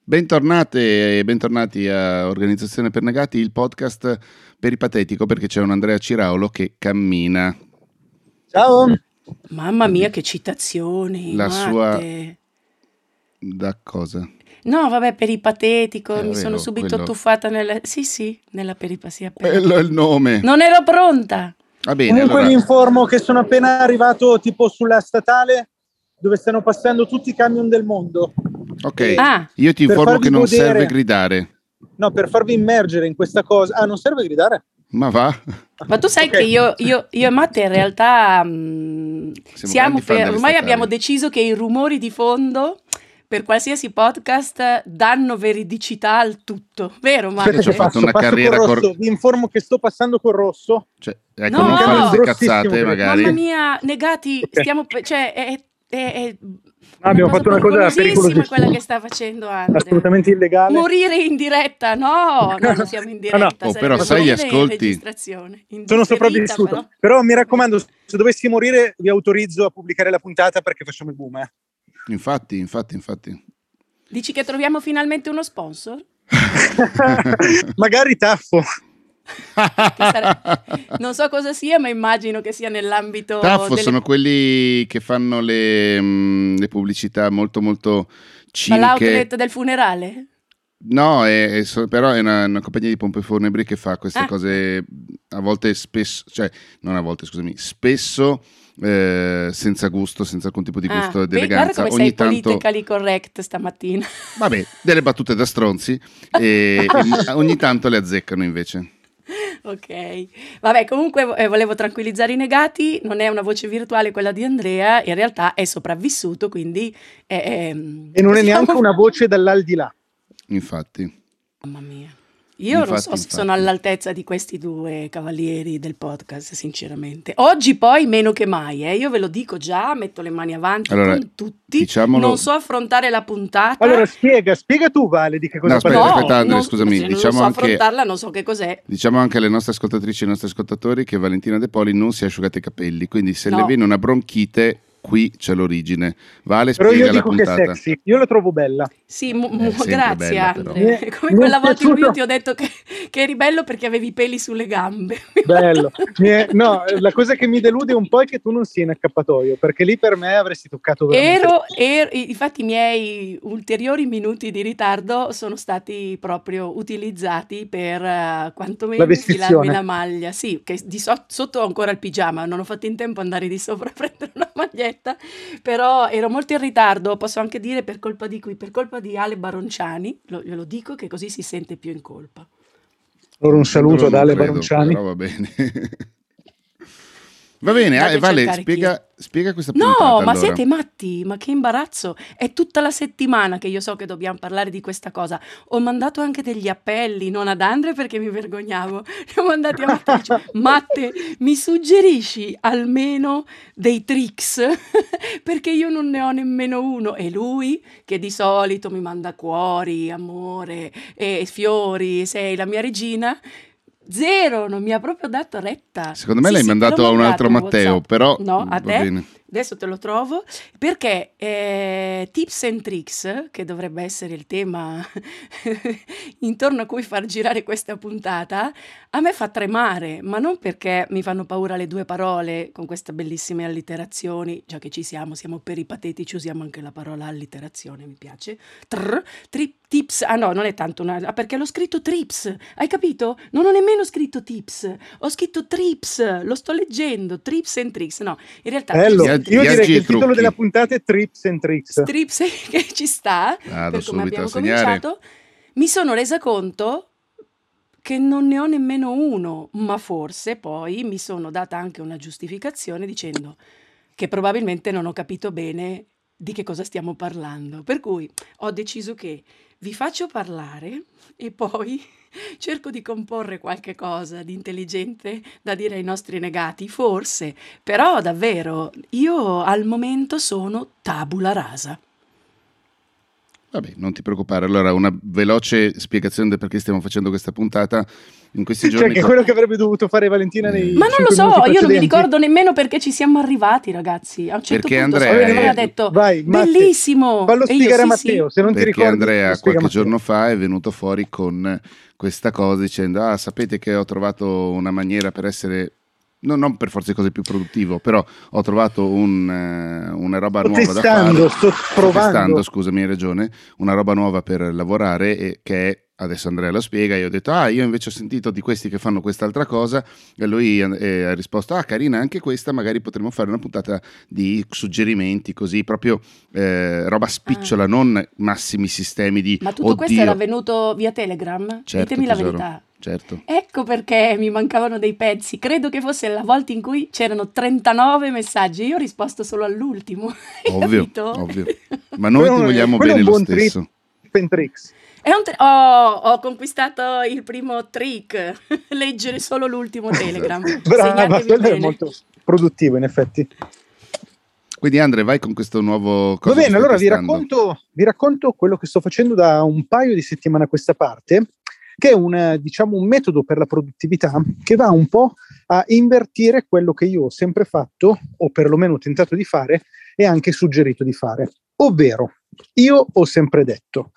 Bentornate e bentornati a Organizzazione per Negati, il podcast peripatetico, perché c'è un Andrea Ciraulo che cammina. Ciao! Mamma mia, che citazioni, La sua... matte. Da cosa? No, vabbè, peripatetico, mi vero, sono subito quello. tuffata nella... Sì, nella peripatia. Quello è il nome. Non ero pronta. Va bene, Comunque allora... vi informo che sono appena arrivato tipo sulla statale dove stanno passando tutti i camion del mondo. Ok, Ah. io ti Per informo farvi che non godere- serve gridare. No, per farvi immergere in questa cosa. Ah, non serve gridare? Ma va? Ma tu sai Ok. che io e Matte in realtà grandi fan delle ormai statali. abbiamo deciso che i rumori di fondo per qualsiasi podcast danno veridicità al tutto, vero Matte? Aspetta, ci ho fatto una carriera col rosso. Vi informo che sto passando col rosso. Cioè, ecco, No. non fare queste Grossissimo, cazzate, magari. Mamma mia, negati, Ok. stiamo, cioè, è Abbiamo fatto una cosa pericolosissima pericolosissima. quella che sta facendo Andre. Assolutamente illegale. Morire in diretta, no, non siamo in diretta. No. Oh, però sarebbe sai, morire in ascolti. registrazione. In Sono differita, sopravvissuto. Però mi raccomando, se dovessi morire vi autorizzo a pubblicare la puntata perché facciamo il boom. Infatti. Dici che troviamo finalmente uno sponsor? Magari Taffo. Non so cosa sia, ma immagino che sia nell'ambito Taffo delle... sono quelli che fanno le pubblicità molto Ma ciniche. l'outlet del funerale? No, però è una compagnia di pompe funebri che fa queste Ah. cose a volte spesso, cioè non a volte, scusami, spesso senza gusto, senza alcun tipo di gusto ed Guarda eleganza. come Ogni sei tanto, politically correct stamattina. vabbè, delle battute da stronzi e ogni tanto le azzeccano invece. Ok, vabbè, comunque volevo tranquillizzare i negati, non è una voce virtuale quella di Andrea, in realtà è sopravvissuto, quindi... E non è neanche una voce dall'aldilà. Infatti. Mamma mia. Io non so se Infatti. sono all'altezza di questi due cavalieri del podcast, sinceramente. Oggi poi meno che mai, io ve lo dico già, metto le mani avanti Allora, con tutti, diciamolo- non so affrontare la puntata. Allora spiega tu Vale di che cosa No, parliamo. aspetta, Andre, non- scusami, se non diciamo so anche- affrontarla, non so che cos'è. Diciamo anche alle nostre ascoltatrici e ai nostri ascoltatori che Valentina De Poli non si è asciugata i capelli, quindi se No. le viene una bronchite, qui c'è l'origine. Vale, Però spiega io la dico che è puntata. sexy, io la trovo bella. Sì, sempre grazie bella, però. Andre. Come Mi è quella volta in cui io piaciuto. ti ho detto che eri bello perché avevi i peli sulle gambe. Bello. No, la cosa che mi delude un po' è che tu non sia in accappatoio, perché lì per me avresti toccato veramente. Infatti i miei ulteriori minuti di ritardo sono stati proprio utilizzati per quantomeno La vestizione. infilarmi la maglia. Sì, che sotto ho ancora il pigiama, non ho fatto in tempo ad andare di sopra a prendere una maglietta, però ero molto in ritardo, posso anche dire per colpa di Ale Baronciani, glielo dico che così si sente più in colpa. Allora un saluto ad Non Ale credo, Baronciani. però va bene. Va bene, Andate a Vale, cercare spiega questa puntata. No, ma allora. siete matti, ma che imbarazzo. È tutta la settimana che io so che dobbiamo parlare di questa cosa. Ho mandato anche degli appelli, non ad Andre perché mi vergognavo. Li ho mandati a Matte. Dice, Matte, mi suggerisci almeno dei tricks? Perché io non ne ho nemmeno uno. E lui, che di solito mi manda cuori, amore e fiori, sei la mia regina... Zero, non mi ha proprio dato retta. Secondo me Sì, l'hai sì, mandato te l'ho a un altro mandato Matteo, WhatsApp. però No, a va te. bene. Adesso te lo trovo perché Tips and Tricks, che dovrebbe essere il tema intorno a cui far girare questa puntata, a me fa tremare, ma non perché mi fanno paura le due parole con queste bellissime allitterazioni, già che ci siamo peripatetici, usiamo anche la parola allitterazione, mi piace. Tips, no, non è tanto perché l'ho scritto trips, hai capito? Non ho nemmeno scritto tips, ho scritto trips, lo sto leggendo, trips and tricks, no, in realtà Bello. tips and Io Viaggi direi che e il titolo trucchi. della puntata è Trips and Tricks. trips che ci sta, Vado per come subito abbiamo a segnare. cominciato, mi sono resa conto che non ne ho nemmeno uno, ma forse poi mi sono data anche una giustificazione dicendo che probabilmente non ho capito bene di che cosa stiamo parlando. Per cui ho deciso che vi faccio parlare e poi cerco di comporre qualche cosa di intelligente da dire ai nostri negati, forse, però davvero io al momento sono tabula rasa. Vabbè, non ti preoccupare. Allora, una veloce spiegazione del perché stiamo facendo questa puntata in questi giorni. Cioè, che è quello che avrebbe dovuto fare Valentina nei Ma non lo 5 so, minuti io non mi precedenti. ricordo nemmeno perché ci siamo arrivati, ragazzi. A un certo Perché punto Andrea aveva detto Vai, Matte, bellissimo. fallo E io spiegare a sì, Matteo, sì. se non ti Perché ricordi lo Andrea spiega qualche Matteo. giorno fa è venuto fuori con questa cosa dicendo: sapete che ho trovato una maniera per essere, non per forza cose più produttivo, però ho trovato una roba Sto nuova da testando, fare. sto provando. Scusami, hai ragione, una roba nuova per lavorare e che è, adesso Andrea lo spiega. Io ho detto: io invece ho sentito di questi che fanno quest'altra cosa, e lui ha risposto: carina anche questa, magari potremmo fare una puntata di suggerimenti, così proprio roba spicciola, non massimi sistemi di Ma tutto questo era oddio. avvenuto via Telegram? Certo, Ditemi la tesoro, verità. certo. Ecco perché mi mancavano dei pezzi. Credo che fosse la volta in cui c'erano 39 messaggi. Io ho risposto solo all'ultimo. Hai Ovvio, capito? ovvio. Ma noi ti vogliamo quello è bene un lo buon stesso. trip and tricks. Ho conquistato il primo trick. Leggere solo l'ultimo Telegram. Brava, Segnatevi quello è bene. molto produttivo in effetti. Quindi Andre, vai con questo nuovo Va cosa bene, che stai allora testando. vi racconto quello che sto facendo da un paio di settimane a questa parte, che è un metodo per la produttività che va un po' a invertire quello che io ho sempre fatto, o perlomeno ho tentato di fare, e anche suggerito di fare. Ovvero, io ho sempre detto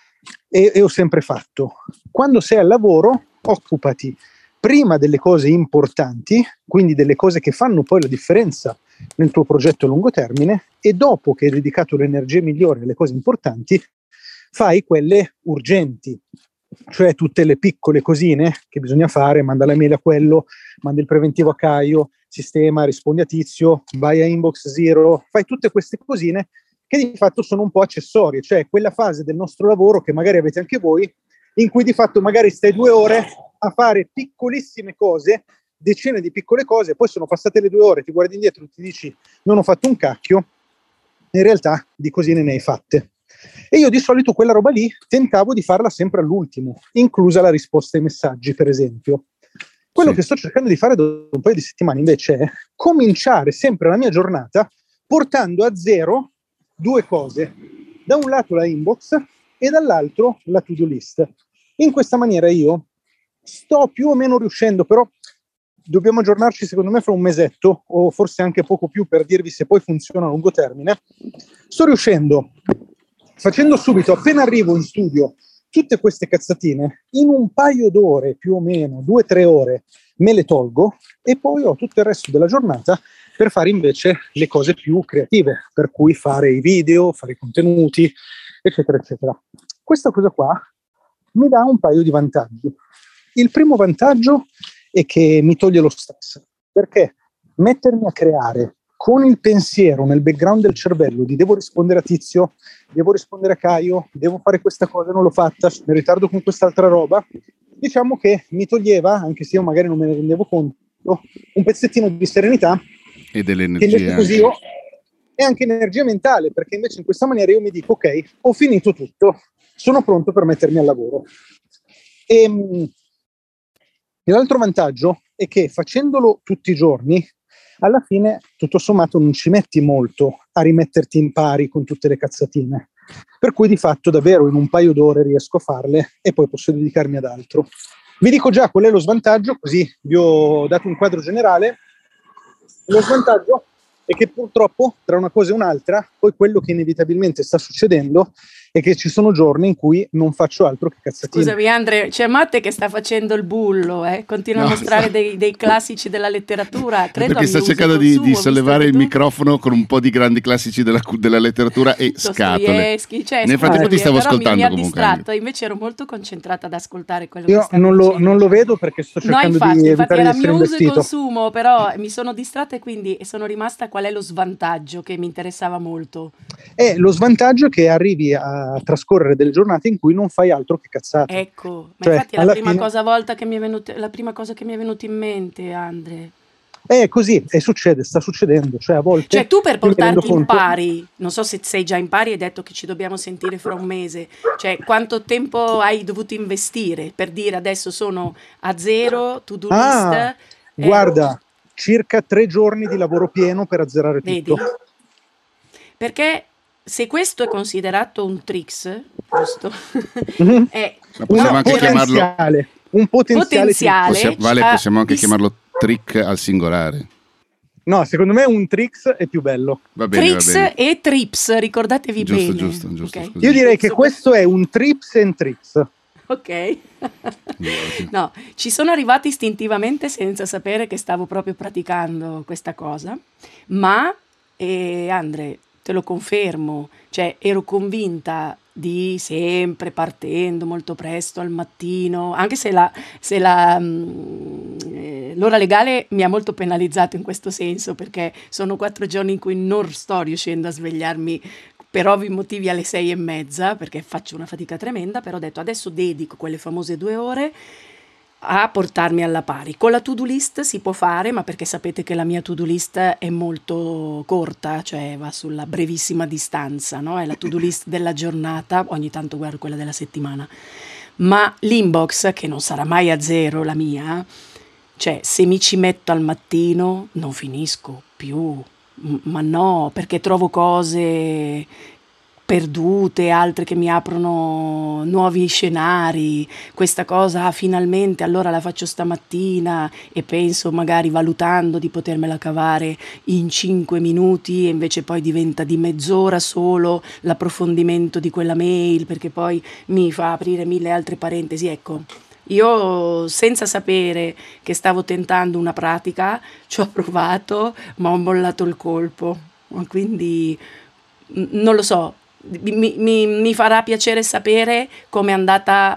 e ho sempre fatto, quando sei al lavoro, occupati prima delle cose importanti, quindi delle cose che fanno poi la differenza nel tuo progetto a lungo termine, e dopo che hai dedicato le energie migliori alle cose importanti, fai quelle urgenti, cioè tutte le piccole cosine che bisogna fare: manda la mail a quello, manda il preventivo a Caio, sistema, rispondi a Tizio, vai a inbox zero, fai tutte queste cosine che di fatto sono un po' accessorie, cioè quella fase del nostro lavoro che magari avete anche voi, in cui di fatto magari stai 2 ore a fare piccolissime cose, decine di piccole cose, poi sono passate le 2 ore, ti guardi indietro e ti dici non ho fatto un cacchio, in realtà di cosine ne hai fatte. E io di solito quella roba lì tentavo di farla sempre all'ultimo, inclusa la risposta ai messaggi, per esempio. Quello che sto cercando di fare da un paio di settimane invece è cominciare sempre la mia giornata portando a zero 2 cose: da un lato la inbox e dall'altro la to-do list. In questa maniera io sto più o meno riuscendo, però dobbiamo aggiornarci secondo me fra un mesetto o forse anche poco più per dirvi se poi funziona a lungo termine. Sto riuscendo, facendo subito appena arrivo in studio tutte queste cazzatine, in un paio d'ore più o meno, 2-3 ore me le tolgo, e poi ho tutto il resto della giornata per fare invece le cose più creative, per cui fare i video, fare i contenuti, eccetera eccetera. Questa cosa qua mi dà un paio di vantaggi. Il primo vantaggio è che mi toglie lo stress, perché mettermi a creare con il pensiero nel background del cervello di devo rispondere a Tizio, devo rispondere a Caio, devo fare questa cosa, non l'ho fatta, sono in ritardo con quest'altra roba, diciamo che mi toglieva, anche se io magari non me ne rendevo conto, un pezzettino di serenità e dell'energia così io, e anche energia mentale, perché invece in questa maniera io mi dico ok, ho finito tutto, sono pronto per mettermi al lavoro. E l'altro vantaggio è che facendolo tutti i giorni, alla fine tutto sommato non ci metti molto a rimetterti in pari con tutte le cazzatine, per cui di fatto davvero in un paio d'ore riesco a farle e poi posso dedicarmi ad altro. Vi dico già qual è lo svantaggio, così vi ho dato un quadro generale. Lo svantaggio è che purtroppo tra una cosa e un'altra, poi quello che inevitabilmente sta succedendo è che ci sono giorni in cui non faccio altro che cazzatine. Scusami Andre, c'è Matte che sta facendo il bullo, continua a mostrare dei classici della letteratura, credo perché sta cercando di sollevare il microfono con un po' di grandi classici della letteratura e scatole. Cioè, Nel frattempo ti stavo ascoltando mi ha comunque. distratto, invece ero molto concentrata ad ascoltare quello io che stavi dicendo. Non lo vedo perché sto cercando di evitare era di essere mio uso e investito. consumo, però mi sono distratta e quindi sono rimasta qual è lo svantaggio che mi interessava molto. Lo svantaggio è che arrivi a trascorrere delle giornate in cui non fai altro che cazzate. Ecco, ma cioè, infatti è la prima cosa che mi è venuta in mente, Andre. È così, sta succedendo, cioè a volte... Cioè tu per portarti in pari, non so se sei già in pari, hai detto che ci dobbiamo sentire fra un mese, cioè quanto tempo hai dovuto investire per dire adesso sono a zero, to-do list? Guarda, circa 3 giorni di lavoro pieno per azzerare Vedi? tutto. Perché se questo è considerato un tricks, giusto? Mhm. È Possiamo anche chiamarlo, un potenziale. possiamo anche chiamarlo trick al singolare. No, secondo me un tricks è più bello. Va bene, va tricks bene. e trips, ricordatevi bene. Giusto, Ok? scusa. Io direi che questo è un trips and tricks. Ok. No, ci sono arrivati istintivamente senza sapere che stavo proprio praticando questa cosa, ma Andre, te lo confermo, cioè ero convinta di sempre partendo molto presto al mattino, anche se l'ora legale mi ha molto penalizzato in questo senso, perché sono 4 giorni in cui non sto riuscendo a svegliarmi per ovvi motivi alle 6:30, perché faccio una fatica tremenda, però ho detto adesso dedico quelle famose 2 ore a portarmi alla pari. Con la to-do list si può fare, ma perché sapete che la mia to-do list è molto corta, cioè va sulla brevissima distanza, no? È la to-do list della giornata, ogni tanto guardo quella della settimana. Ma l'inbox, che non sarà mai a zero la mia, cioè se mi ci metto al mattino non finisco più. Ma no, perché trovo cose perdute, altre che mi aprono nuovi scenari. Questa cosa, finalmente, allora la faccio stamattina e penso, magari valutando, di potermela cavare in 5 minuti e invece poi diventa di mezz'ora solo l'approfondimento di quella mail, perché poi mi fa aprire 1000 altre parentesi. Ecco, io senza sapere che stavo tentando una pratica ci ho provato, ma ho mollato il colpo. Quindi non lo so, mi farà piacere sapere com'è andata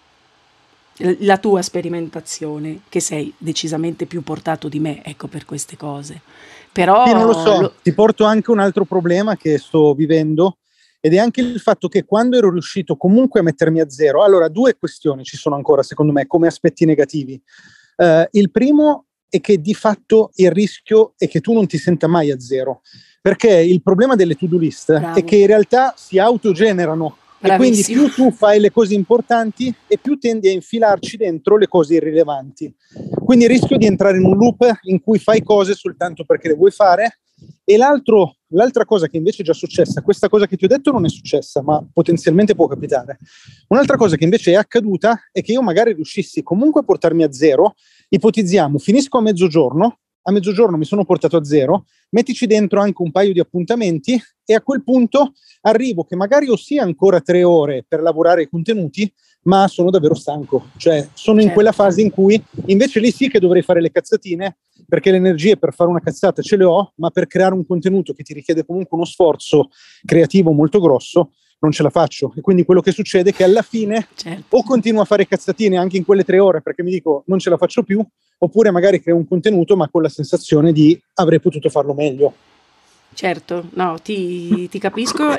la tua sperimentazione, che sei decisamente più portato di me, ecco, per queste cose. Però Sì, non lo so, ti porto anche un altro problema che sto vivendo, ed è anche il fatto che quando ero riuscito comunque a mettermi a zero, allora 2 questioni ci sono ancora secondo me come aspetti negativi. Il primo è che di fatto il rischio è che tu non ti senta mai a zero, perché il problema delle to-do list Bravo. è che in realtà si autogenerano. E quindi Bravissimo. più tu fai le cose importanti e più tendi a infilarci dentro le cose irrilevanti. Quindi il rischio di entrare in un loop in cui fai cose soltanto perché le vuoi fare. E l'altra cosa che invece è già successa, questa cosa che ti ho detto non è successa, ma potenzialmente può capitare. Un'altra cosa che invece è accaduta è che io magari riuscissi comunque a portarmi a zero. Ipotizziamo, finisco a mezzogiorno mi sono portato a zero, mettici dentro anche un paio di appuntamenti e a quel punto arrivo che magari ho sì ancora 3 ore per lavorare i contenuti, ma sono davvero stanco, cioè sono in quella fase in cui invece lì sì che dovrei fare le cazzatine, perché le energie per fare una cazzata ce le ho, ma per creare un contenuto che ti richiede comunque uno sforzo creativo molto grosso non ce la faccio. E quindi quello che succede è che alla fine o continuo a fare cazzatine anche in quelle 3 ore perché mi dico non ce la faccio più, oppure magari creo un contenuto ma con la sensazione di avrei potuto farlo meglio. Certo, no, ti capisco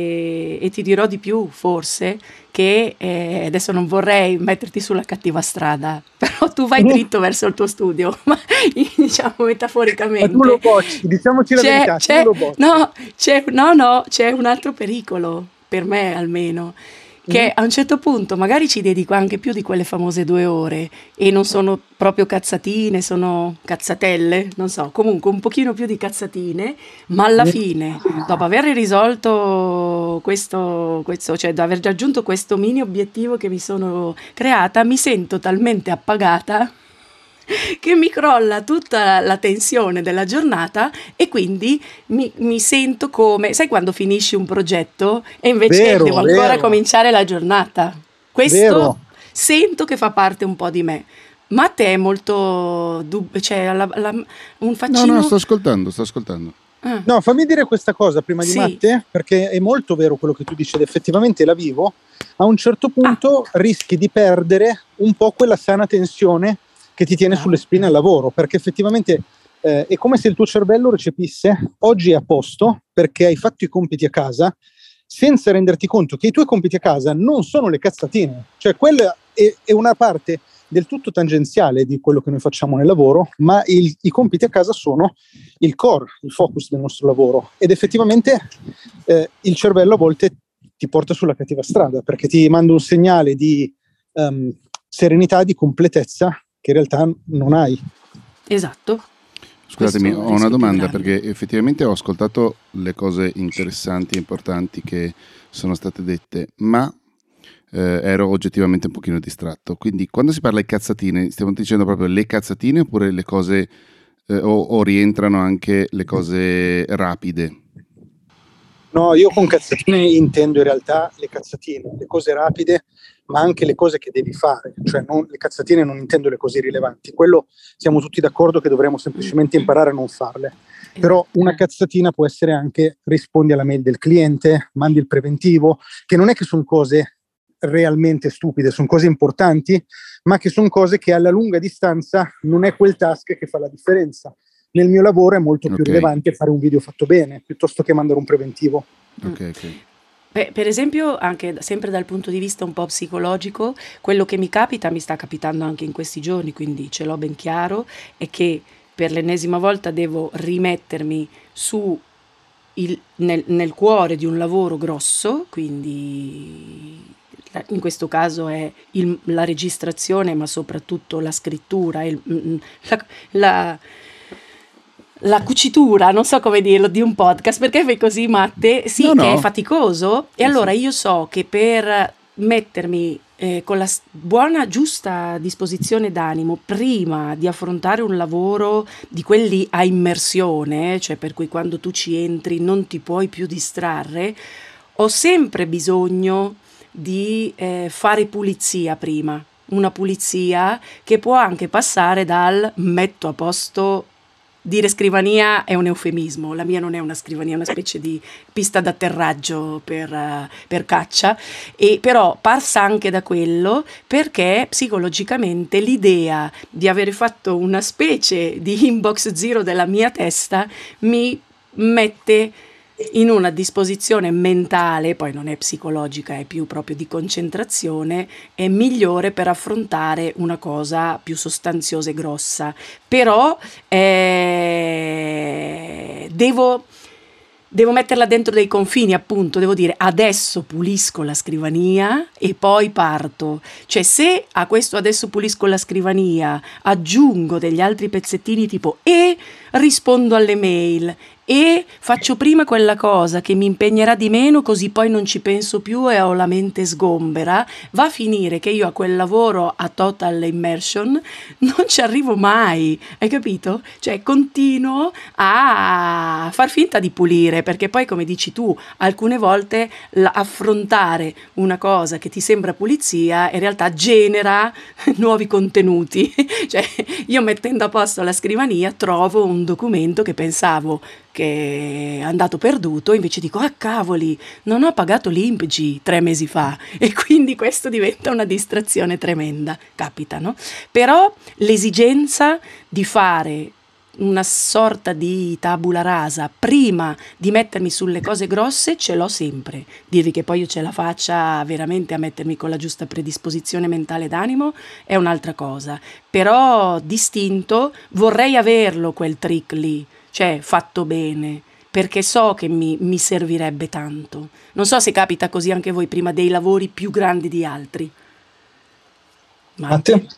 e ti dirò di più, forse, che adesso non vorrei metterti sulla cattiva strada, però tu vai dritto verso il tuo studio, ma diciamo metaforicamente. Ma tu lo bocci, diciamoci la verità, tu lo bocci. No, c'è un altro pericolo, per me almeno, che a un certo punto magari ci dedico anche più di quelle famose 2 ore e non sono proprio cazzatine, sono cazzatelle, non so, comunque un pochino più di cazzatine, ma alla fine, dopo aver risolto questo, cioè da aver raggiunto questo mini obiettivo che mi sono creata, mi sento talmente appagata che mi crolla tutta la tensione della giornata e quindi mi sento come, sai quando finisci un progetto e invece devo ancora cominciare la giornata? Questo sento che fa parte un po' di me. Ma a te è molto cioè un faccino... No, sto ascoltando. No, fammi dire questa cosa prima di Matte, perché è molto vero quello che tu dici ed effettivamente la vivo. A un certo punto rischi di perdere un po' quella sana tensione che ti tiene sulle spine al lavoro, perché effettivamente è come se il tuo cervello recepisse oggi è a posto perché hai fatto i compiti a casa, senza renderti conto che i tuoi compiti a casa non sono le cazzatine, cioè quella è una parte del tutto tangenziale di quello che noi facciamo nel lavoro, ma i compiti a casa sono il core, il focus del nostro lavoro, ed effettivamente il cervello a volte ti porta sulla cattiva strada perché ti manda un segnale di serenità, di completezza che in realtà non hai. Esatto. Scusatemi, questo ho una rischio più domanda grande. perché effettivamente ho ascoltato le cose interessanti e importanti che sono state dette, ma ero oggettivamente un pochino distratto. Quindi quando si parla di cazzatine, stiamo dicendo proprio le cazzatine oppure le cose o rientrano anche le cose rapide? No, io con cazzatine intendo in realtà le cazzatine, le cose rapide, ma anche le cose che devi fare. Cioè le cazzatine non intendo le cose irrilevanti. Quello siamo tutti d'accordo che dovremmo semplicemente imparare a non farle. Però una cazzatina può essere anche rispondi alla mail del cliente, mandi il preventivo, che non è che sono cose realmente stupide, sono cose importanti, ma che sono cose che alla lunga distanza non è quel task che fa la differenza. Nel mio lavoro è molto più Ok. rilevante fare un video fatto bene piuttosto che mandare un preventivo. Ok. Per esempio, anche sempre dal punto di vista un po' psicologico, quello che mi capita, mi sta capitando anche in questi giorni, quindi ce l'ho ben chiaro, è che per l'ennesima volta devo rimettermi nel cuore di un lavoro grosso, quindi in questo caso è la registrazione, ma soprattutto la scrittura, la, la cucitura, non so come dirlo, di un podcast, perché fai così, Matte? Sì, No, che è no. faticoso. E Sì, allora sì. io so che per mettermi con la buona, giusta disposizione d'animo prima di affrontare un lavoro di quelli a immersione, cioè per cui quando tu ci entri non ti puoi più distrarre, ho sempre bisogno di fare pulizia prima. Una pulizia che può anche passare dal metto a posto. Dire scrivania è un eufemismo, la mia non è una scrivania, è una specie di pista d'atterraggio per caccia, e però passa anche da quello perché psicologicamente l'idea di avere fatto una specie di inbox zero della mia testa mi mette in una disposizione mentale, poi non è psicologica, è più proprio di concentrazione, è migliore per affrontare una cosa più sostanziosa e grossa. Però devo metterla dentro dei confini, appunto, devo dire adesso pulisco la scrivania e poi parto. Cioè se a questo adesso pulisco la scrivania aggiungo degli altri pezzettini tipo e rispondo alle mail e faccio prima quella cosa che mi impegnerà di meno, così poi non ci penso più e ho la mente sgombera, va a finire che io a quel lavoro a total immersion non ci arrivo mai, hai capito? Cioè continuo a far finta di pulire, perché poi come dici tu, alcune volte affrontare una cosa che ti sembra pulizia in realtà genera nuovi contenuti. Cioè io mettendo a posto la scrivania trovo un documento che pensavo che è andato perduto, invece dico ah cavoli, non ho pagato l'INPGI 3 mesi fa, e quindi questo diventa una distrazione tremenda, capita, no? Però l'esigenza di fare una sorta di tabula rasa prima di mettermi sulle cose grosse ce l'ho sempre. Dirvi che poi io ce la faccia veramente a mettermi con la giusta predisposizione mentale d'animo è un'altra cosa, però distinto vorrei averlo quel trick lì, cioè fatto bene, perché so che mi servirebbe tanto. Non so se capita così anche voi prima dei lavori più grandi di altri. Matte?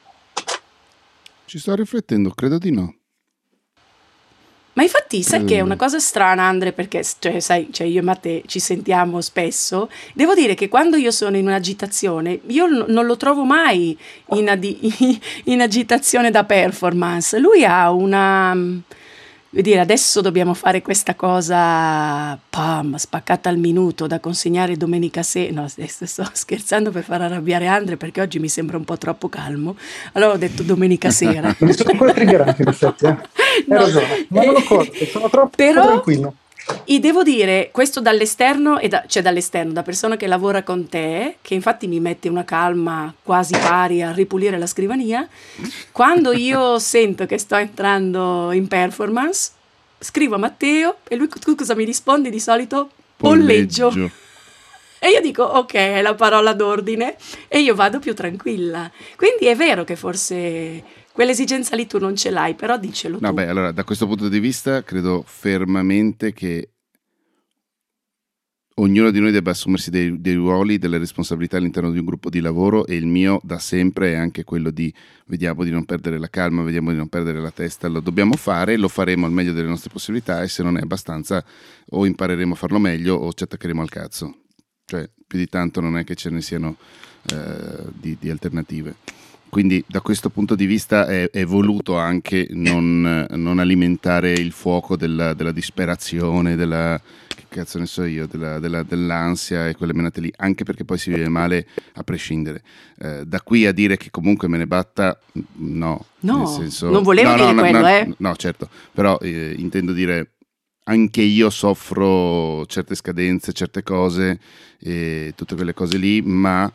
Ci sto riflettendo, credo di no. Ma infatti sai che è una Mm. cosa strana, Andre, perché cioè, sai, cioè io e Matte ci sentiamo spesso. Devo dire che quando io sono in un'agitazione, io non lo trovo mai in agitazione da performance. Lui ha una, vuol dire, adesso dobbiamo fare questa cosa, pam, spaccata al minuto da consegnare domenica sera. No, adesso sto scherzando per far arrabbiare Andre perché oggi mi sembra un po' troppo calmo. Allora ho detto domenica sera. Mi sono ancora triggerati, in effetti. Hai No, ragione, non me lo accorgo, sono troppo però tranquillo. e devo dire, questo dall'esterno, cioè dall'esterno, da persona che lavora con te, che infatti mi mette una calma quasi pari a ripulire la scrivania, quando io sento che sto entrando in performance, scrivo a Matteo e lui cosa mi risponde di solito? Polleggio. E io dico, ok, è la parola d'ordine, e io vado più tranquilla. Quindi è vero che forse quell'esigenza lì tu non ce l'hai, però dicelo tu. No, beh, allora, da questo punto di vista credo fermamente che ognuno di noi debba assumersi dei ruoli, delle responsabilità all'interno di un gruppo di lavoro, e il mio da sempre è anche quello di vediamo di non perdere la calma, vediamo di non perdere la testa, lo dobbiamo fare, lo faremo al meglio delle nostre possibilità, e se non è abbastanza o impareremo a farlo meglio o ci attaccheremo al cazzo. Cioè, più di tanto non è che ce ne siano di alternative. Quindi da questo punto di vista è voluto anche non alimentare il fuoco della disperazione, che cazzo ne so io, dell'ansia e quelle menate lì, anche perché poi si vive male a prescindere. Da qui a dire che comunque me ne batta, no. Nel senso, non volevo dire quello. No, certo, però intendo dire, anche io soffro certe scadenze, certe cose, e tutte quelle cose lì, ma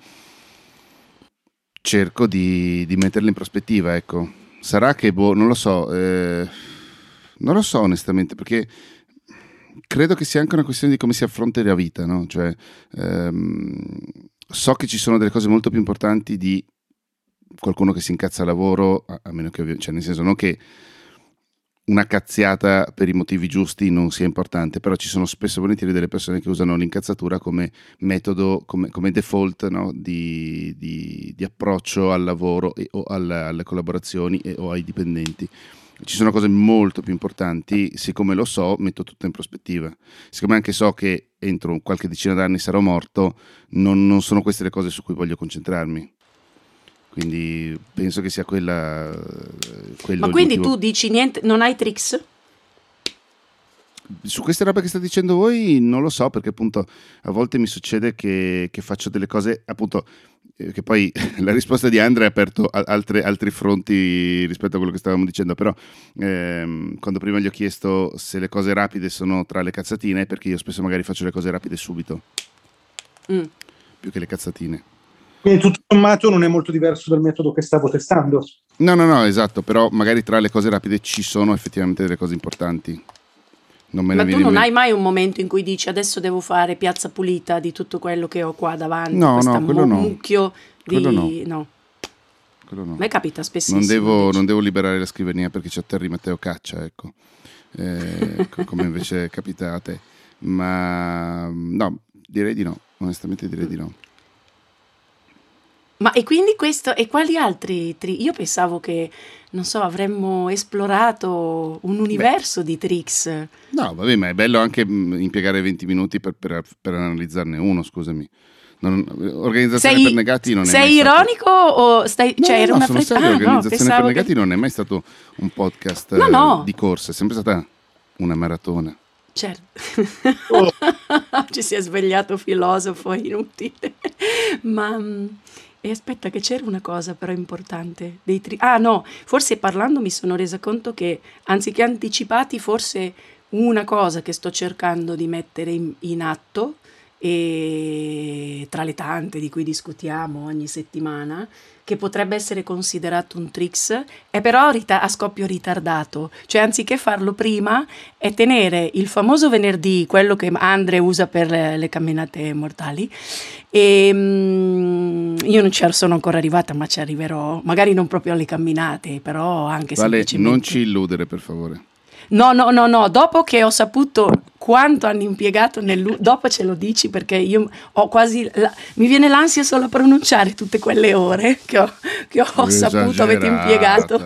cerco di metterle in prospettiva, ecco. Sarà che, non lo so, onestamente, perché credo che sia anche una questione di come si affronta la vita, no? Cioè, so che ci sono delle cose molto più importanti di qualcuno che si incazza a lavoro, a meno che, cioè, nel senso, non che una cazziata per i motivi giusti non sia importante, però ci sono spesso e volentieri delle persone che usano l'incazzatura come metodo, come default, no? di approccio al lavoro o alle collaborazioni o ai dipendenti. Ci sono cose molto più importanti, siccome lo so, metto tutto in prospettiva. Siccome anche so che entro qualche decina d'anni sarò morto, non sono queste le cose su cui voglio concentrarmi. Quindi penso che sia quello. Ma quindi tu dici niente, non hai tricks? Su queste robe che state dicendo voi non lo so, perché appunto a volte mi succede che faccio delle cose, appunto, che poi la risposta di Andrea ha aperto altri fronti rispetto a quello che stavamo dicendo, però quando prima gli ho chiesto se le cose rapide sono tra le cazzatine, perché io spesso magari faccio le cose rapide subito, più che le cazzatine. Quindi tutto sommato non è molto diverso dal metodo che stavo testando. No, esatto, però magari tra le cose rapide ci sono effettivamente delle cose importanti. Ma tu non hai mai un momento in cui dici adesso devo fare piazza pulita di tutto quello che ho qua davanti? No, quello no. Mucchio di... Quello no. Quello no. A me capita spessissimo. Non devo liberare la scrivania perché c'è Terry Matteo Caccia, ecco. Come invece capita a te. Ma no, direi di no, onestamente direi di no. Ma e quindi questo, e quali altri io pensavo che, non so, avremmo esplorato un universo di tricks. No, vabbè, ma è bello anche impiegare 20 minuti per analizzarne uno, scusami. Organizzazione per negati non è mai Sei ironico o stai... No, cioè, era una sono serio, Organizzazione per negati che... non è mai stato un podcast di corsa, è sempre stata una maratona. Certo. Ci si è svegliato filosofo inutile. Ma... E aspetta che c'era una cosa però importante. No, forse parlando mi sono resa conto che anziché anticipati forse una cosa che sto cercando di mettere in atto, e tra le tante di cui discutiamo ogni settimana, che potrebbe essere considerato un tricks, è però a scoppio ritardato, cioè anziché farlo prima è tenere il famoso venerdì, quello che Andre usa per le camminate mortali, e io non ci sono ancora arrivata, ma ci arriverò, magari non proprio alle camminate, però anche semplicemente... non ci illudere, per favore. No, dopo che ho saputo quanto hanno impiegato dopo ce lo dici, perché io ho quasi mi viene l'ansia solo a pronunciare tutte quelle ore che ho saputo avete impiegato.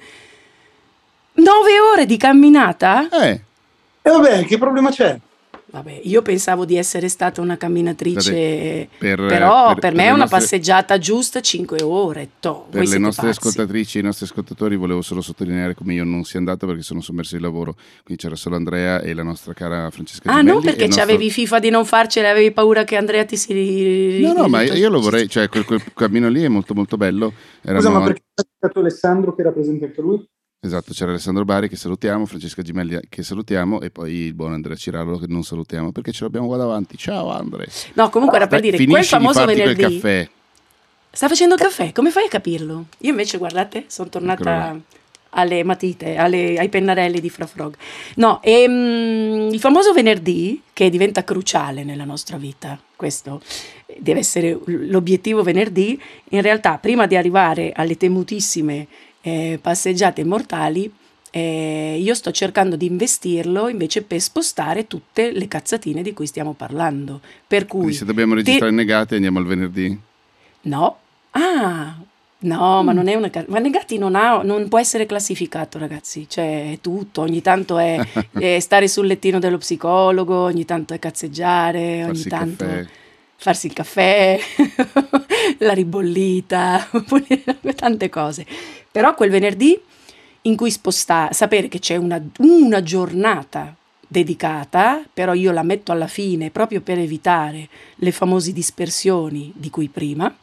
9 ore di camminata? E vabbè, che problema c'è? Vabbè, io pensavo di essere stata una camminatrice, però per me è una passeggiata giusta 5 ore. Per le nostre ascoltatrici e i nostri ascoltatori volevo solo sottolineare come io non sia andato perché sono sommerso di lavoro, quindi c'era solo Andrea e la nostra cara Francesca Gimelli. Non perché avevi FIFA di non farcela, avevi paura che Andrea ti si... No, ma io lo vorrei, cioè quel cammino lì è molto molto bello. Scusa, ma perché ha citato Alessandro che era presente anche lui? Esatto, c'era Alessandro Bari che salutiamo, Francesca Gimelli che salutiamo e poi il buon Andrea Cirallo che non salutiamo perché ce l'abbiamo qua davanti. Ciao Andrea. No, comunque era per dire, quel famoso venerdì... Quel caffè. Sta facendo il caffè, come fai a capirlo? Io invece, guardate, sono tornata alle matite, ai pennarelli di Fra Frog. No, il famoso venerdì, che diventa cruciale nella nostra vita, questo deve essere l'obiettivo venerdì, in realtà prima di arrivare alle temutissime passeggiate mortali Io sto cercando di investirlo invece per spostare tutte le cazzatine di cui stiamo parlando. Per Quindi cui se dobbiamo registrare Negati andiamo al venerdì? no. Ah, no, ma non è ma Negati non può essere classificato, ragazzi. Cioè, è tutto. Ogni tanto è stare sul lettino dello psicologo, ogni tanto è cazzeggiare, ogni Farsi il tanto caffè. farsi il caffè, la ribollita, oppure tante cose. Però quel venerdì in cui sapere che c'è una giornata dedicata, però io la metto alla fine proprio per evitare le famose dispersioni di cui prima,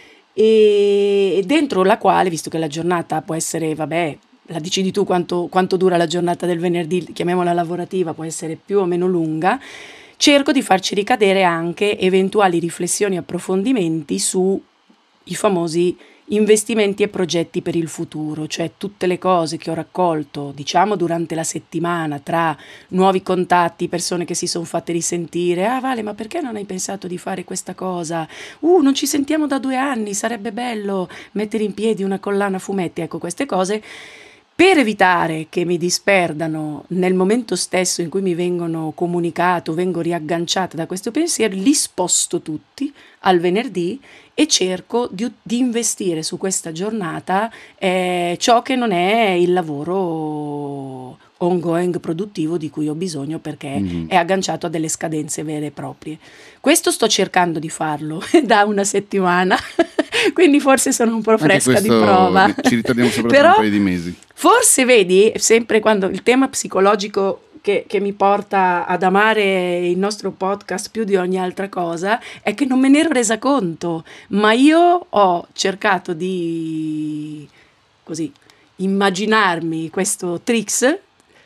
e dentro la quale, visto che la giornata può essere, vabbè, la decidi tu quanto dura la giornata del venerdì, chiamiamola lavorativa, può essere più o meno lunga, cerco di farci ricadere anche eventuali riflessioni e approfondimenti su i famosi investimenti e progetti per il futuro, cioè tutte le cose che ho raccolto, diciamo, durante la settimana, tra nuovi contatti, persone che si sono fatte risentire. Ah, Vale, ma perché non hai pensato di fare questa cosa? Non ci sentiamo da 2 anni, sarebbe bello mettere in piedi una collana fumetti. Ecco, queste cose, per evitare che mi disperdano nel momento stesso in cui mi vengono comunicato, vengo riagganciata da questo pensiero, li sposto tutti al venerdì e cerco di investire su questa giornata ciò che non è il lavoro ongoing produttivo di cui ho bisogno, perché è agganciato a delle scadenze vere e proprie. Questo sto cercando di farlo da una settimana, quindi forse sono un po' Anche fresca di questo prova. ci ritorniamo sopra tra Però un paio di mesi. forse vedi, sempre quando il tema psicologico che mi porta ad amare il nostro podcast più di ogni altra cosa è che non me ne ero resa conto, ma io ho cercato di così immaginarmi questo trick,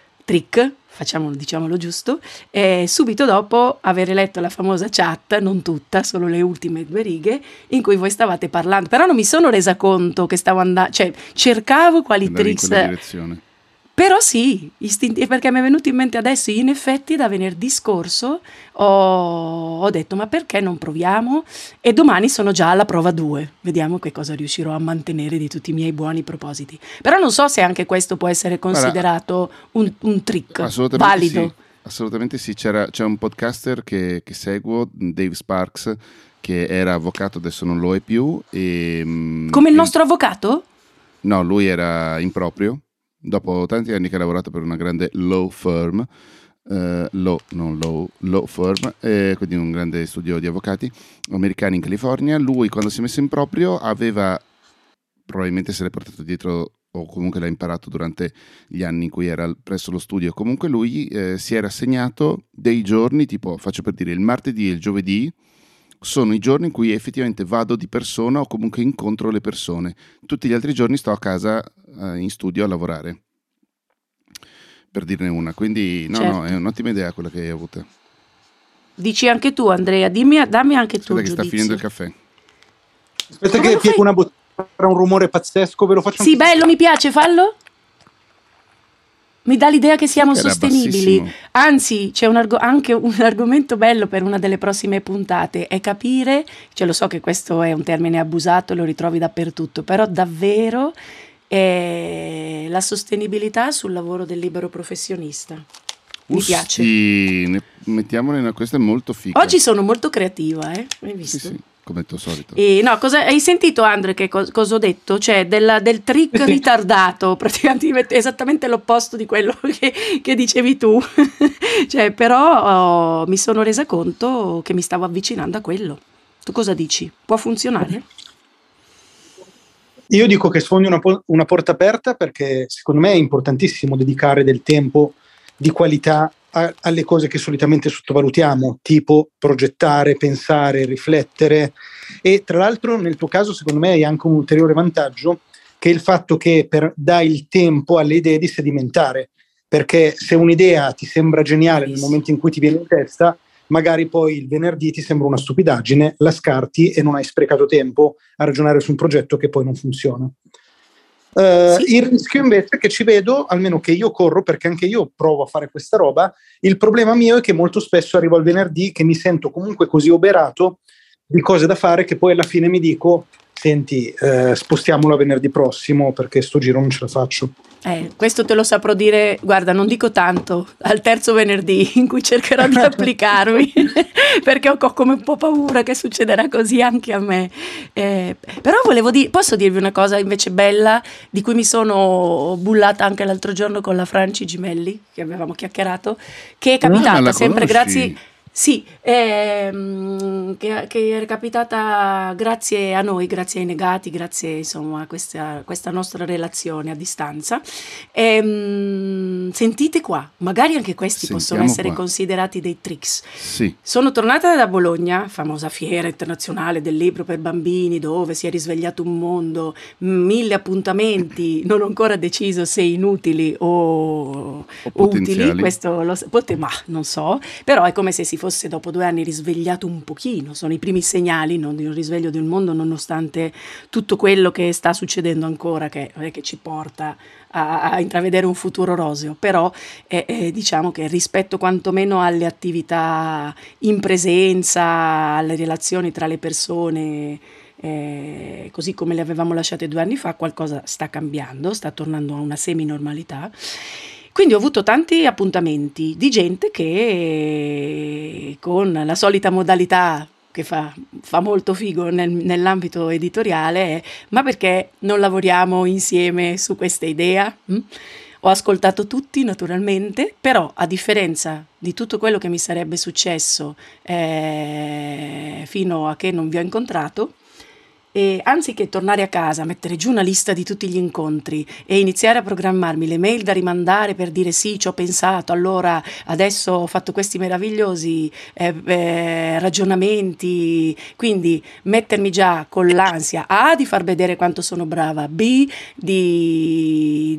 diciamolo giusto, subito dopo aver letto la famosa chat, non tutta, solo le ultime 2 righe, in cui voi stavate parlando. Però non mi sono resa conto che stavo andando, cioè cercavo quali Andare in tricks. quella direzione. Però sì, perché mi è venuto in mente adesso, in effetti da venerdì scorso ho detto ma perché non proviamo? E domani sono già alla prova 2, vediamo che cosa riuscirò a mantenere di tutti i miei buoni propositi. Però non so se anche questo può essere considerato un trick valido. Sì, assolutamente sì, c'è un podcaster che seguo, Dave Sparks, che era avvocato, adesso non lo è più. Come il nostro avvocato? No, lui era improprio. Dopo tanti anni che ha lavorato per una grande law firm, law firm, quindi un grande studio di avvocati americani in California, lui quando si è messo in proprio aveva, probabilmente se l'è portato dietro o comunque l'ha imparato durante gli anni in cui era presso lo studio, comunque lui si era segnato dei giorni, tipo faccio per dire il martedì e il giovedì, sono i giorni in cui effettivamente vado di persona o comunque incontro le persone. Tutti gli altri giorni sto a casa in studio a lavorare, per dirne una. Quindi no, è un'ottima idea quella che hai avuta. Dici anche tu, Andrea, dammi anche tu il giudizio. Sta finendo il caffè. Aspetta che piego una bottiglia, farà un rumore pazzesco, ve lo faccio. Sì, bello, mi piace, fallo. Mi dà l'idea che siamo sostenibili. Bassissimo. Anzi, c'è anche un argomento bello per una delle prossime puntate, è capire, cioè lo so che questo è un termine abusato, lo ritrovi dappertutto, però davvero la sostenibilità sul lavoro del libero professionista. Mi piace. Mettiamone questa è molto figa. Oggi sono molto creativa, hai visto? Sì. Come il tuo solito. No, hai sentito, Andre, che cosa ho detto? Cioè del trick ritardato, praticamente esattamente l'opposto di quello che dicevi tu. Cioè, però mi sono resa conto che mi stavo avvicinando a quello. Tu cosa dici? Può funzionare? Io dico che sfondi una porta aperta, perché secondo me è importantissimo dedicare del tempo di qualità alle cose che solitamente sottovalutiamo, tipo progettare, pensare, riflettere. E tra l'altro nel tuo caso secondo me hai anche un ulteriore vantaggio, che è il fatto che dai il tempo alle idee di sedimentare, perché se un'idea ti sembra geniale nel momento in cui ti viene in testa, magari poi il venerdì ti sembra una stupidaggine, la scarti e non hai sprecato tempo a ragionare su un progetto che poi non funziona. Sì. Il rischio invece che ci vedo, almeno che io corro, perché anche io provo a fare questa roba, il problema mio è che molto spesso arrivo al venerdì che mi sento comunque così oberato di cose da fare che poi alla fine mi dico: senti, spostiamolo a venerdì prossimo perché sto giro non ce la faccio. Questo te lo saprò dire, guarda, non dico tanto, al terzo venerdì in cui cercherò di applicarmi, perché ho come un po' paura che succederà così anche a me. Però posso dirvi una cosa invece bella, di cui mi sono bullata anche l'altro giorno con la Franci Gimelli, che avevamo chiacchierato, che è capitata sempre grazie... Sì, che è capitata grazie a noi, grazie ai negati, grazie insomma a questa nostra relazione a distanza. Sentite qua, magari anche questi possono essere considerati dei tricks. Sì. Sono tornata da Bologna, famosa fiera internazionale del libro per bambini, dove si è risvegliato un mondo, 1000 appuntamenti, non ho ancora deciso se inutili o utili, questo ma non so, però è come se si fosse dopo 2 anni risvegliato un pochino, sono i primi segnali, non di un risveglio del mondo, nonostante tutto quello che sta succedendo ancora, che non è che ci porta a intravedere un futuro roseo, però diciamo che rispetto quantomeno alle attività in presenza, alle relazioni tra le persone, così come le avevamo lasciate 2 anni fa, qualcosa sta cambiando, sta tornando a una semi-normalità. Quindi ho avuto tanti appuntamenti di gente che con la solita modalità che fa molto figo nell'ambito editoriale, ma perché non lavoriamo insieme su questa idea? Ho ascoltato tutti naturalmente, però a differenza di tutto quello che mi sarebbe successo fino a che non vi ho incontrato, e anziché tornare a casa, mettere giù una lista di tutti gli incontri e iniziare a programmarmi le mail da rimandare per dire sì, ci ho pensato, allora adesso ho fatto questi meravigliosi ragionamenti, quindi mettermi già con l'ansia A di far vedere quanto sono brava, B di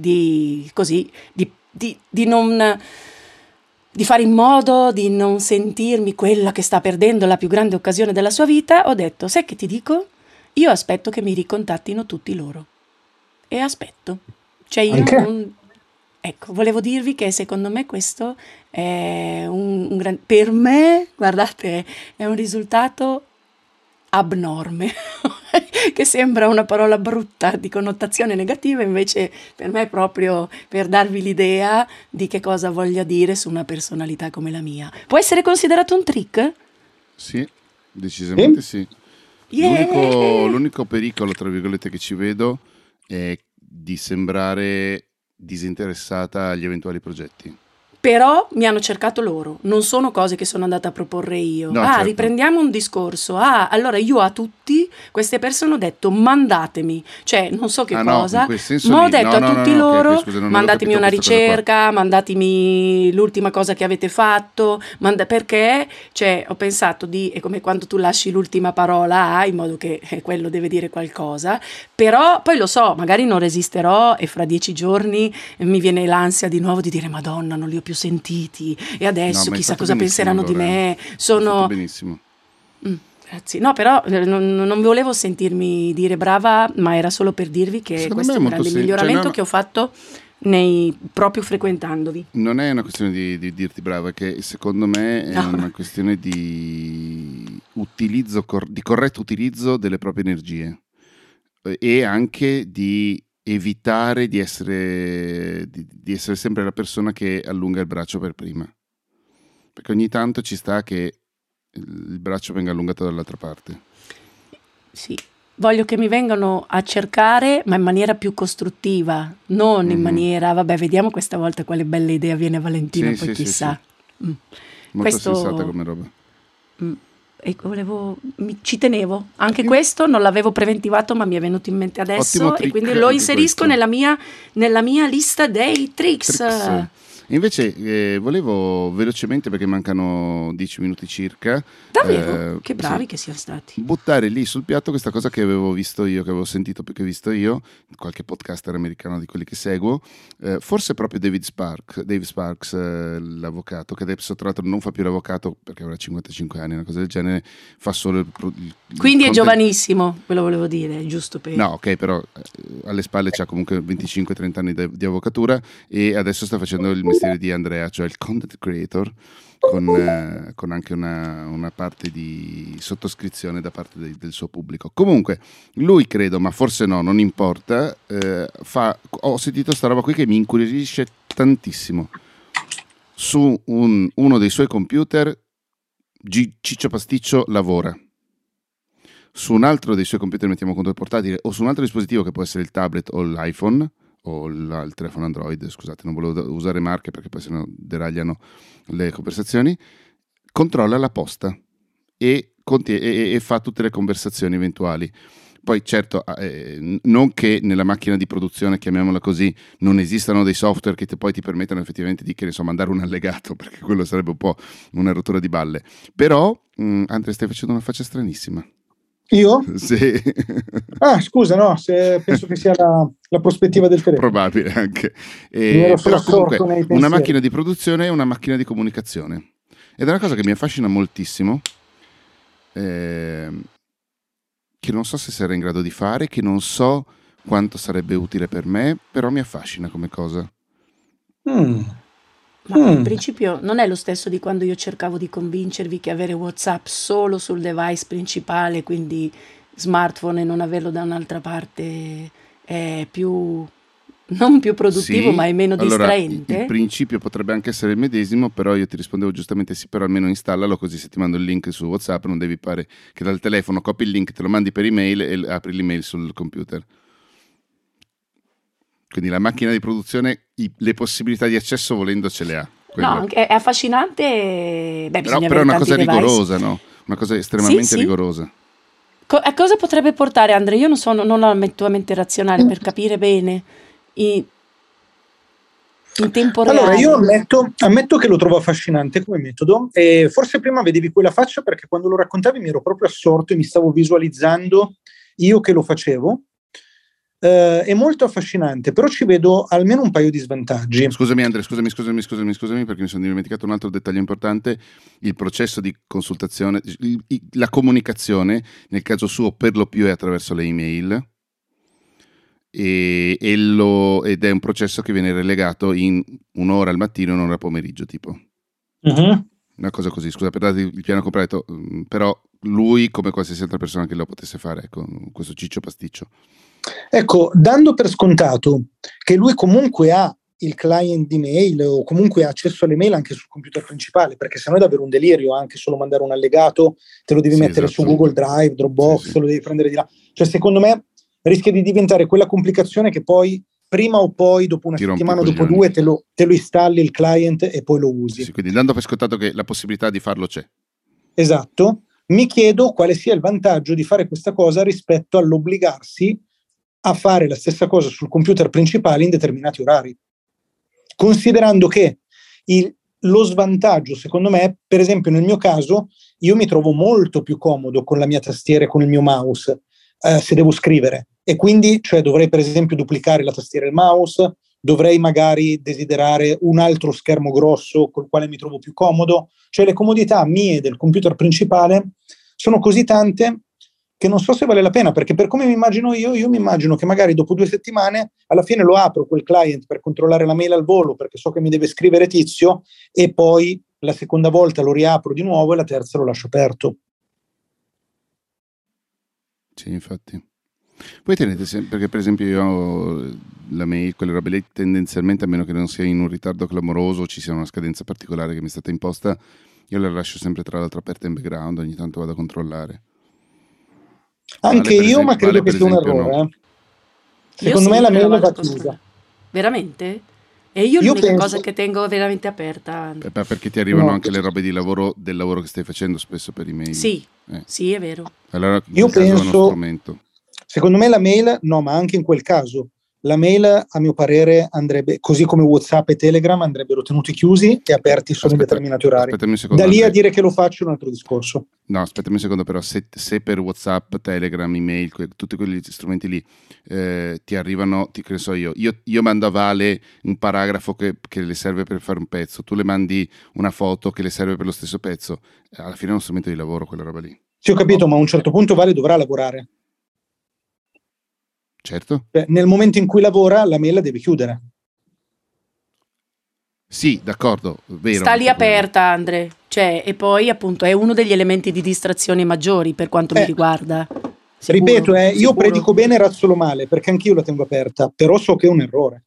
fare in modo di non sentirmi quella che sta perdendo la più grande occasione della sua vita, ho detto, sai che ti dico? Io aspetto che mi ricontattino tutti loro. E aspetto. Cioè io ecco, volevo dirvi che secondo me questo è per me, guardate, è un risultato abnorme, che sembra una parola brutta di connotazione negativa, invece per me è proprio per darvi l'idea di che cosa voglia dire su una personalità come la mia. Può essere considerato un trick? Sì, decisamente sì. L'unico pericolo, tra virgolette, che ci vedo è di sembrare disinteressata agli eventuali progetti. Però mi hanno cercato loro, non sono cose che sono andata a proporre io. No, certo. Riprendiamo un discorso. Allora io a tutti queste persone ho detto mandatemi, cioè non so che cosa, ma ho detto a tutti loro mandatemi una ricerca, mandatemi l'ultima cosa che avete fatto, perché cioè, ho pensato è come quando tu lasci l'ultima parola in modo che quello deve dire qualcosa, però poi lo so, magari non resisterò e fra 10 giorni mi viene l'ansia di nuovo di dire Madonna, non li ho più sentiti e adesso chissà cosa penseranno di me. Sono benissimo. Grazie. No, però non volevo sentirmi dire brava, ma era solo per dirvi che questo è un grande miglioramento che ho fatto proprio frequentandovi. Non è una questione di dirti brava, è che secondo me è una questione di corretto utilizzo delle proprie energie e anche di evitare di essere sempre la persona che allunga il braccio per prima, perché ogni tanto ci sta che il braccio venga allungato dall'altra parte. Sì, voglio che mi vengano a cercare, ma in maniera più costruttiva, non in maniera vabbè, vediamo questa volta quale bella idea viene a Valentina, poi chissà. Sì. Molto sensata come roba. Ecco, ci tenevo. Anche questo non l'avevo preventivato, ma mi è venuto in mente adesso e quindi lo inserisco nella mia lista dei tricks. Invece volevo velocemente, perché mancano 10 minuti circa, davvero? Che bravi che siano stati, buttare lì sul piatto questa cosa che avevo visto io, che avevo sentito più che visto io, qualche podcaster americano di quelli che seguo, forse proprio Dave Sparks, l'avvocato, che adesso tra l'altro non fa più l'avvocato perché avrà 55 anni, una cosa del genere, fa solo il quindi è giovanissimo, quello volevo dire, è giusto per... No, ok, però alle spalle c'ha comunque 25-30 anni di avvocatura e adesso sta facendo il mestiere di Andrea, cioè il content creator, con anche una parte di sottoscrizione da parte del suo pubblico. Comunque, lui credo, ma forse no, non importa, ho sentito sta roba qui che mi incuriosisce tantissimo. Su uno dei suoi computer Ciccio Pasticcio lavora. Su un altro dei suoi computer, mettiamo conto del portatile, o su un altro dispositivo che può essere il tablet o l'iPhone o il telefono Android, scusate, non volevo usare marche perché poi sennò deragliano le conversazioni, controlla la posta e fa tutte le conversazioni eventuali. Poi certo, non che nella macchina di produzione, chiamiamola così, non esistano dei software che poi ti permettono effettivamente di mandare un allegato, perché quello sarebbe un po' una rottura di balle. Però, Andrea, stai facendo una faccia stranissima. Io? Sì. Scusa, no, penso che sia la prospettiva del telefono. Probabile anche. Però comunque una macchina di produzione è una macchina di comunicazione. Ed è una cosa che mi affascina moltissimo, che non so se sarei in grado di fare, che non so quanto sarebbe utile per me, però mi affascina come cosa. Ma in principio non è lo stesso di quando io cercavo di convincervi che avere WhatsApp solo sul device principale, quindi smartphone, e non averlo da un'altra parte è più, non più produttivo, Sì, ma è meno allora, distraente? il principio potrebbe anche essere il medesimo, però io ti rispondevo giustamente sì, però almeno installalo, così se ti mando il link su WhatsApp non devi fare che dal telefono copi il link, te lo mandi per email e apri l'email sul computer. Quindi la macchina di produzione le possibilità di accesso volendo ce le ha. No, è affascinante. Beh, però avere è una tanti cosa device. Rigorosa, no? Una cosa estremamente rigorosa. A cosa potrebbe portare, Andrea? Io non ho la tua mente razionale per capire bene in tempo reale. Allora, io ammetto che lo trovo affascinante come metodo, e forse prima vedevi quella faccia perché quando lo raccontavi mi ero proprio assorto e mi stavo visualizzando io che lo facevo. È molto affascinante, però ci vedo almeno un paio di svantaggi. Scusami Andrea, scusami perché mi sono dimenticato un altro dettaglio importante: il processo di consultazione, la comunicazione nel caso suo per lo più è attraverso le email ed è un processo che viene relegato in un'ora al mattino e un'ora al pomeriggio tipo. Una cosa così, scusa per darti il piano completo, però lui come qualsiasi altra persona che lo potesse fare, ecco, questo Ciccio Pasticcio. Ecco, dando per scontato che lui comunque ha il client di mail o comunque ha accesso alle mail anche sul computer principale, perché sennò è davvero un delirio anche solo mandare un allegato, te lo devi mettere esatto. Su Google Drive, Dropbox, Sì. lo devi prendere di là. Cioè, secondo me rischia di diventare quella complicazione che poi prima o poi, dopo una settimana o dopo due, te lo installi il client e poi lo usi. Sì, quindi dando per scontato che la possibilità di farlo c'è. Esatto. Mi chiedo quale sia il vantaggio di fare questa cosa rispetto all'obbligarsi a fare la stessa cosa sul computer principale in determinati orari. Considerando che lo svantaggio, secondo me, per esempio nel mio caso, io mi trovo molto più comodo con la mia tastiera e con il mio mouse se devo scrivere, e quindi dovrei per esempio duplicare la tastiera e il mouse, dovrei magari desiderare un altro schermo grosso col quale mi trovo più comodo. Cioè le comodità mie del computer principale sono così tante che non so se vale la pena, perché per come mi immagino io mi immagino che magari dopo 2 settimane alla fine lo apro quel client per controllare la mail al volo, perché so che mi deve scrivere Tizio, e poi la seconda volta lo riapro di nuovo e la terza lo lascio aperto. Sì, infatti. Poi tenete sempre, perché per esempio io ho la mail, quelle robe lì, tendenzialmente, a meno che non sia in un ritardo clamoroso o ci sia una scadenza particolare che mi è stata imposta, io la lascio sempre tra l'altro aperta in background, ogni tanto vado a controllare. Anche io, ma credo che sia un errore. No. Secondo me la mail va chiusa. Veramente? E io l'unica cosa che tengo veramente aperta. Perché ti arrivano anche le robe del lavoro che stai facendo spesso per email. Sì, sì, è vero. Allora, io penso, è uno strumento. Secondo me la mail, no, ma anche in quel caso, la mail a mio parere andrebbe, così come WhatsApp e Telegram, andrebbero tenuti chiusi e aperti solo in determinati orari. Da lì a dire che lo faccio è un altro discorso. No, aspettami un secondo, però se per WhatsApp, Telegram, email, tutti quegli strumenti lì ti arrivano, che ne so io mando a Vale un paragrafo che le serve per fare un pezzo, tu le mandi una foto che le serve per lo stesso pezzo, alla fine è uno strumento di lavoro quella roba lì. Sì, ho capito, ma a un certo punto Vale dovrà lavorare. Certo. Nel momento in cui lavora, la mail la deve chiudere. Sì, d'accordo, vero. Sta lì anche quello. aperta, Andre. Cioè, e poi appunto è uno degli elementi di distrazione maggiori per quanto mi riguarda. Sicuro, Ripeto, io sicuro. predico bene e razzolo male, perché anch'io la tengo aperta, però so che è un errore.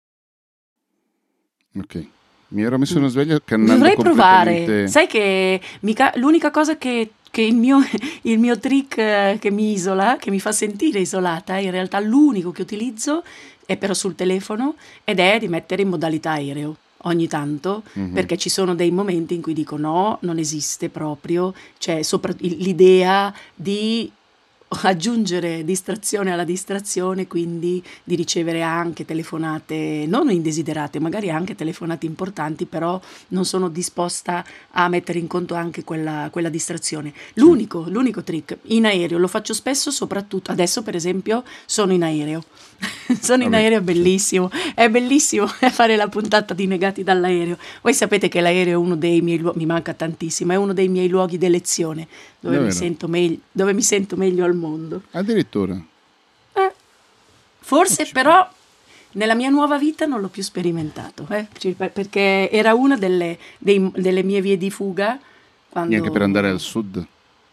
Ok. Mi ero messo una sveglia cannando Dovrei provare. completamente. Sai che l'unica cosa che il mio trick che mi isola, che mi fa sentire isolata, in realtà l'unico che utilizzo è però sul telefono ed è di mettere in modalità aereo ogni tanto, perché ci sono dei momenti in cui dico no, non esiste proprio, cioè l'idea di aggiungere distrazione alla distrazione, quindi di ricevere anche telefonate non indesiderate, magari anche telefonate importanti, però non sono disposta a mettere in conto anche quella distrazione. L'unico trick in aereo, lo faccio spesso, soprattutto adesso per esempio sono in aereo. Sono in Vabbè, aereo, è bellissimo fare la puntata di Negati dall'aereo. Voi sapete che l'aereo è uno dei miei mi manca tantissimo, è uno dei miei luoghi d'elezione, dove mi sento meglio al mondo. Addirittura. Forse però nella mia nuova vita non l'ho più sperimentato, perché era una delle mie vie di fuga. Neanche per andare al sud?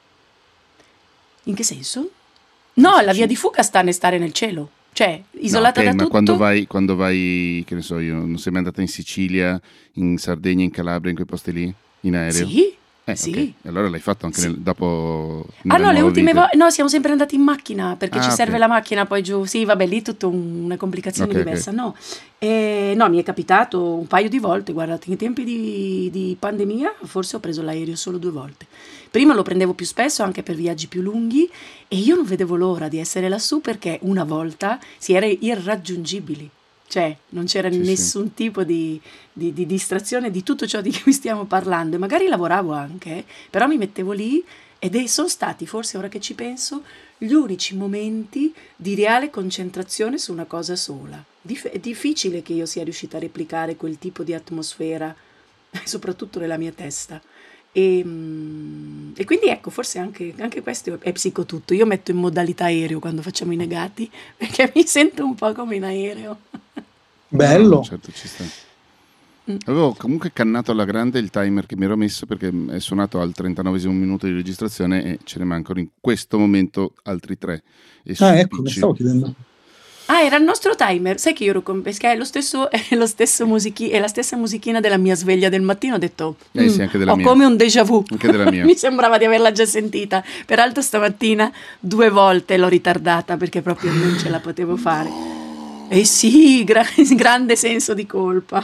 In che senso? No, la via di fuga sta nel stare nel cielo. Cioè, isolata da ma tutto. quando vai, che ne so io, non sei mai andata in Sicilia, in Sardegna, in Calabria, in quei posti lì, in aereo? Sì, sì. sì. Allora l'hai fatto anche dopo. No, le ultime volte. No, siamo sempre andati in macchina perché ci serve la macchina poi giù. Sì, vabbè, lì è tutta una complicazione diversa. No. No, mi è capitato un paio di volte. Guardate, in tempi di pandemia forse ho preso l'aereo solo 2 volte. Prima lo prendevo più spesso anche per viaggi più lunghi e io non vedevo l'ora di essere lassù perché una volta si era irraggiungibili. Cioè, non c'era nessun tipo di distrazione di tutto ciò di cui stiamo parlando. E magari lavoravo anche, però mi mettevo lì ed sono stati, forse ora che ci penso, gli unici momenti di reale concentrazione su una cosa sola. È difficile che io sia riuscita a replicare quel tipo di atmosfera, soprattutto nella mia testa. E quindi ecco, forse anche questo è psicotutto. Io metto in modalità aereo quando facciamo i negati, perché mi sento un po' come in aereo. Bello. No, certo, ci sta. Avevo comunque cannato alla grande il timer che mi ero messo perché è suonato al 39esimo minuto di registrazione e ce ne mancano in questo momento altri 3. Ecco, mi stavo chiedendo. Era il nostro timer. Sai che io ero perché è la stessa musichina della mia sveglia del mattino. Ho detto, sì, anche della ho mia. come un déjà vu. Anche della mia. Mi sembrava di averla già sentita. Peraltro stamattina 2 volte l'ho ritardata perché proprio non ce la potevo fare. E sì, grande senso di colpa.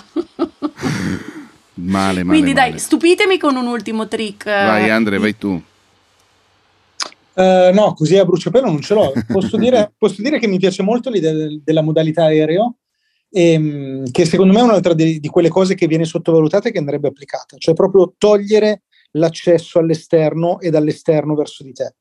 Male. Quindi dai, stupitemi con un ultimo trick. Vai Andre, vai tu. No, così a bruciapelo non ce l'ho. Posso dire che mi piace molto l'idea della modalità aereo, che secondo me è un'altra di quelle cose che viene sottovalutata e che andrebbe applicata, cioè proprio togliere l'accesso all'esterno e dall'esterno verso di te.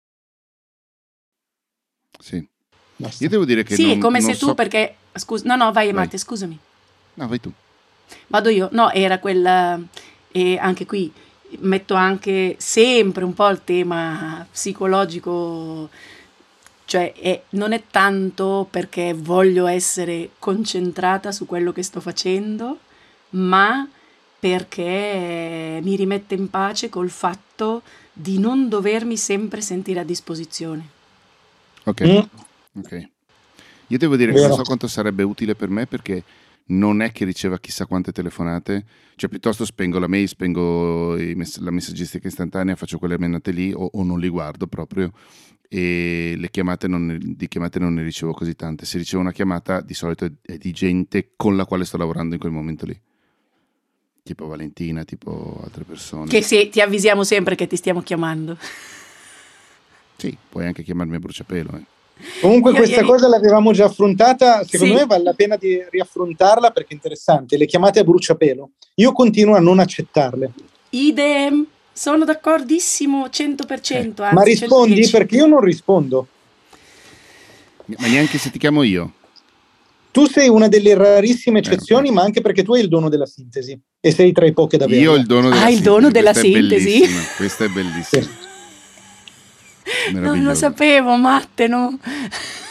Sì. Basta. Io devo dire che sì, è come se tu, perché scusa, no, vai Matte, scusami. No, vai tu. Vado io. No, era quella, e anche qui metto anche sempre un po' il tema psicologico, cioè non è tanto perché voglio essere concentrata su quello che sto facendo, ma perché mi rimette in pace col fatto di non dovermi sempre sentire a disposizione. Ok. Io devo dire che non so quanto sarebbe utile per me perché non è che riceva chissà quante telefonate, cioè piuttosto spengo la mail, spengo la messaggistica istantanea, faccio quelle menate lì o non li guardo proprio e di chiamate non ne ricevo così tante. Se ricevo una chiamata di solito è di gente con la quale sto lavorando in quel momento lì, tipo Valentina, tipo altre persone. Che sì, ti avvisiamo sempre che ti stiamo chiamando. Sì, puoi anche chiamarmi a bruciapelo. Comunque questa cosa l'avevamo già affrontata, secondo me vale la pena di riaffrontarla perché è interessante, le chiamate a bruciapelo. Io continuo a non accettarle. Idem, sono d'accordissimo 100%. Anzi, ma rispondi 110. perché io non rispondo. Ma neanche se ti chiamo io? Tu sei una delle rarissime eccezioni, ma anche perché tu hai il dono della sintesi e sei tra i pochi ad averlo. Io ho il dono della sintesi. Il dono della sintesi? Questa è bellissima. Non lo sapevo, Matte, no?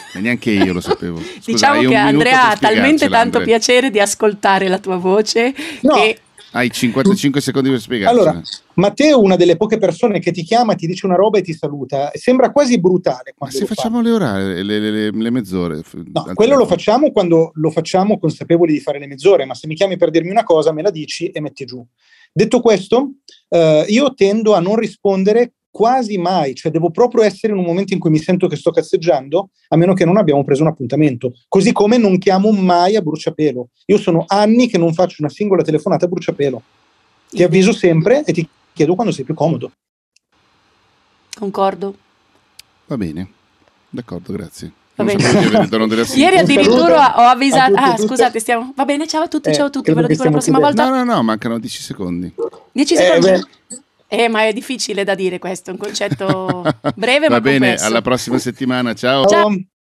E neanche io lo sapevo. Scusa, Diciamo hai un che minuto Andrea per ha talmente spiegarcela, tanto Andrea. piacere di ascoltare la tua voce No. che Hai 55 secondi per spiegarcela. Allora, Matteo è una delle poche persone che ti chiama, ti dice una roba e ti saluta. Sembra quasi brutale Ma quando se lo fa. facciamo le ore, le mezz'ore. No, quello lo facciamo quando lo facciamo consapevoli di fare le mezz'ore, ma se mi chiami per dirmi una cosa me la dici e metti giù. Detto questo, io tendo a non rispondere quasi mai, cioè devo proprio essere in un momento in cui mi sento che sto cazzeggiando, a meno che non abbiamo preso un appuntamento. Così come non chiamo mai a bruciapelo. Io sono anni che non faccio una singola telefonata a bruciapelo. Ti avviso sempre e ti chiedo quando sei più comodo. concordo. Va bene, d'accordo, grazie. Va Non bene. sapevo di aver il dono della Ieri sintesi. addirittura ho avvisato. a tutti e tutte. Scusate, stiamo. Va bene, ciao a tutti, ciao a tutti. Ve credo lo che dico la stiamo prossima chiudendo. volta. No, mancano 10 secondi. 10 secondi. beh. Ma è difficile da dire questo, è un concetto breve Va ma bene, complesso. alla prossima settimana, ciao. Ciao.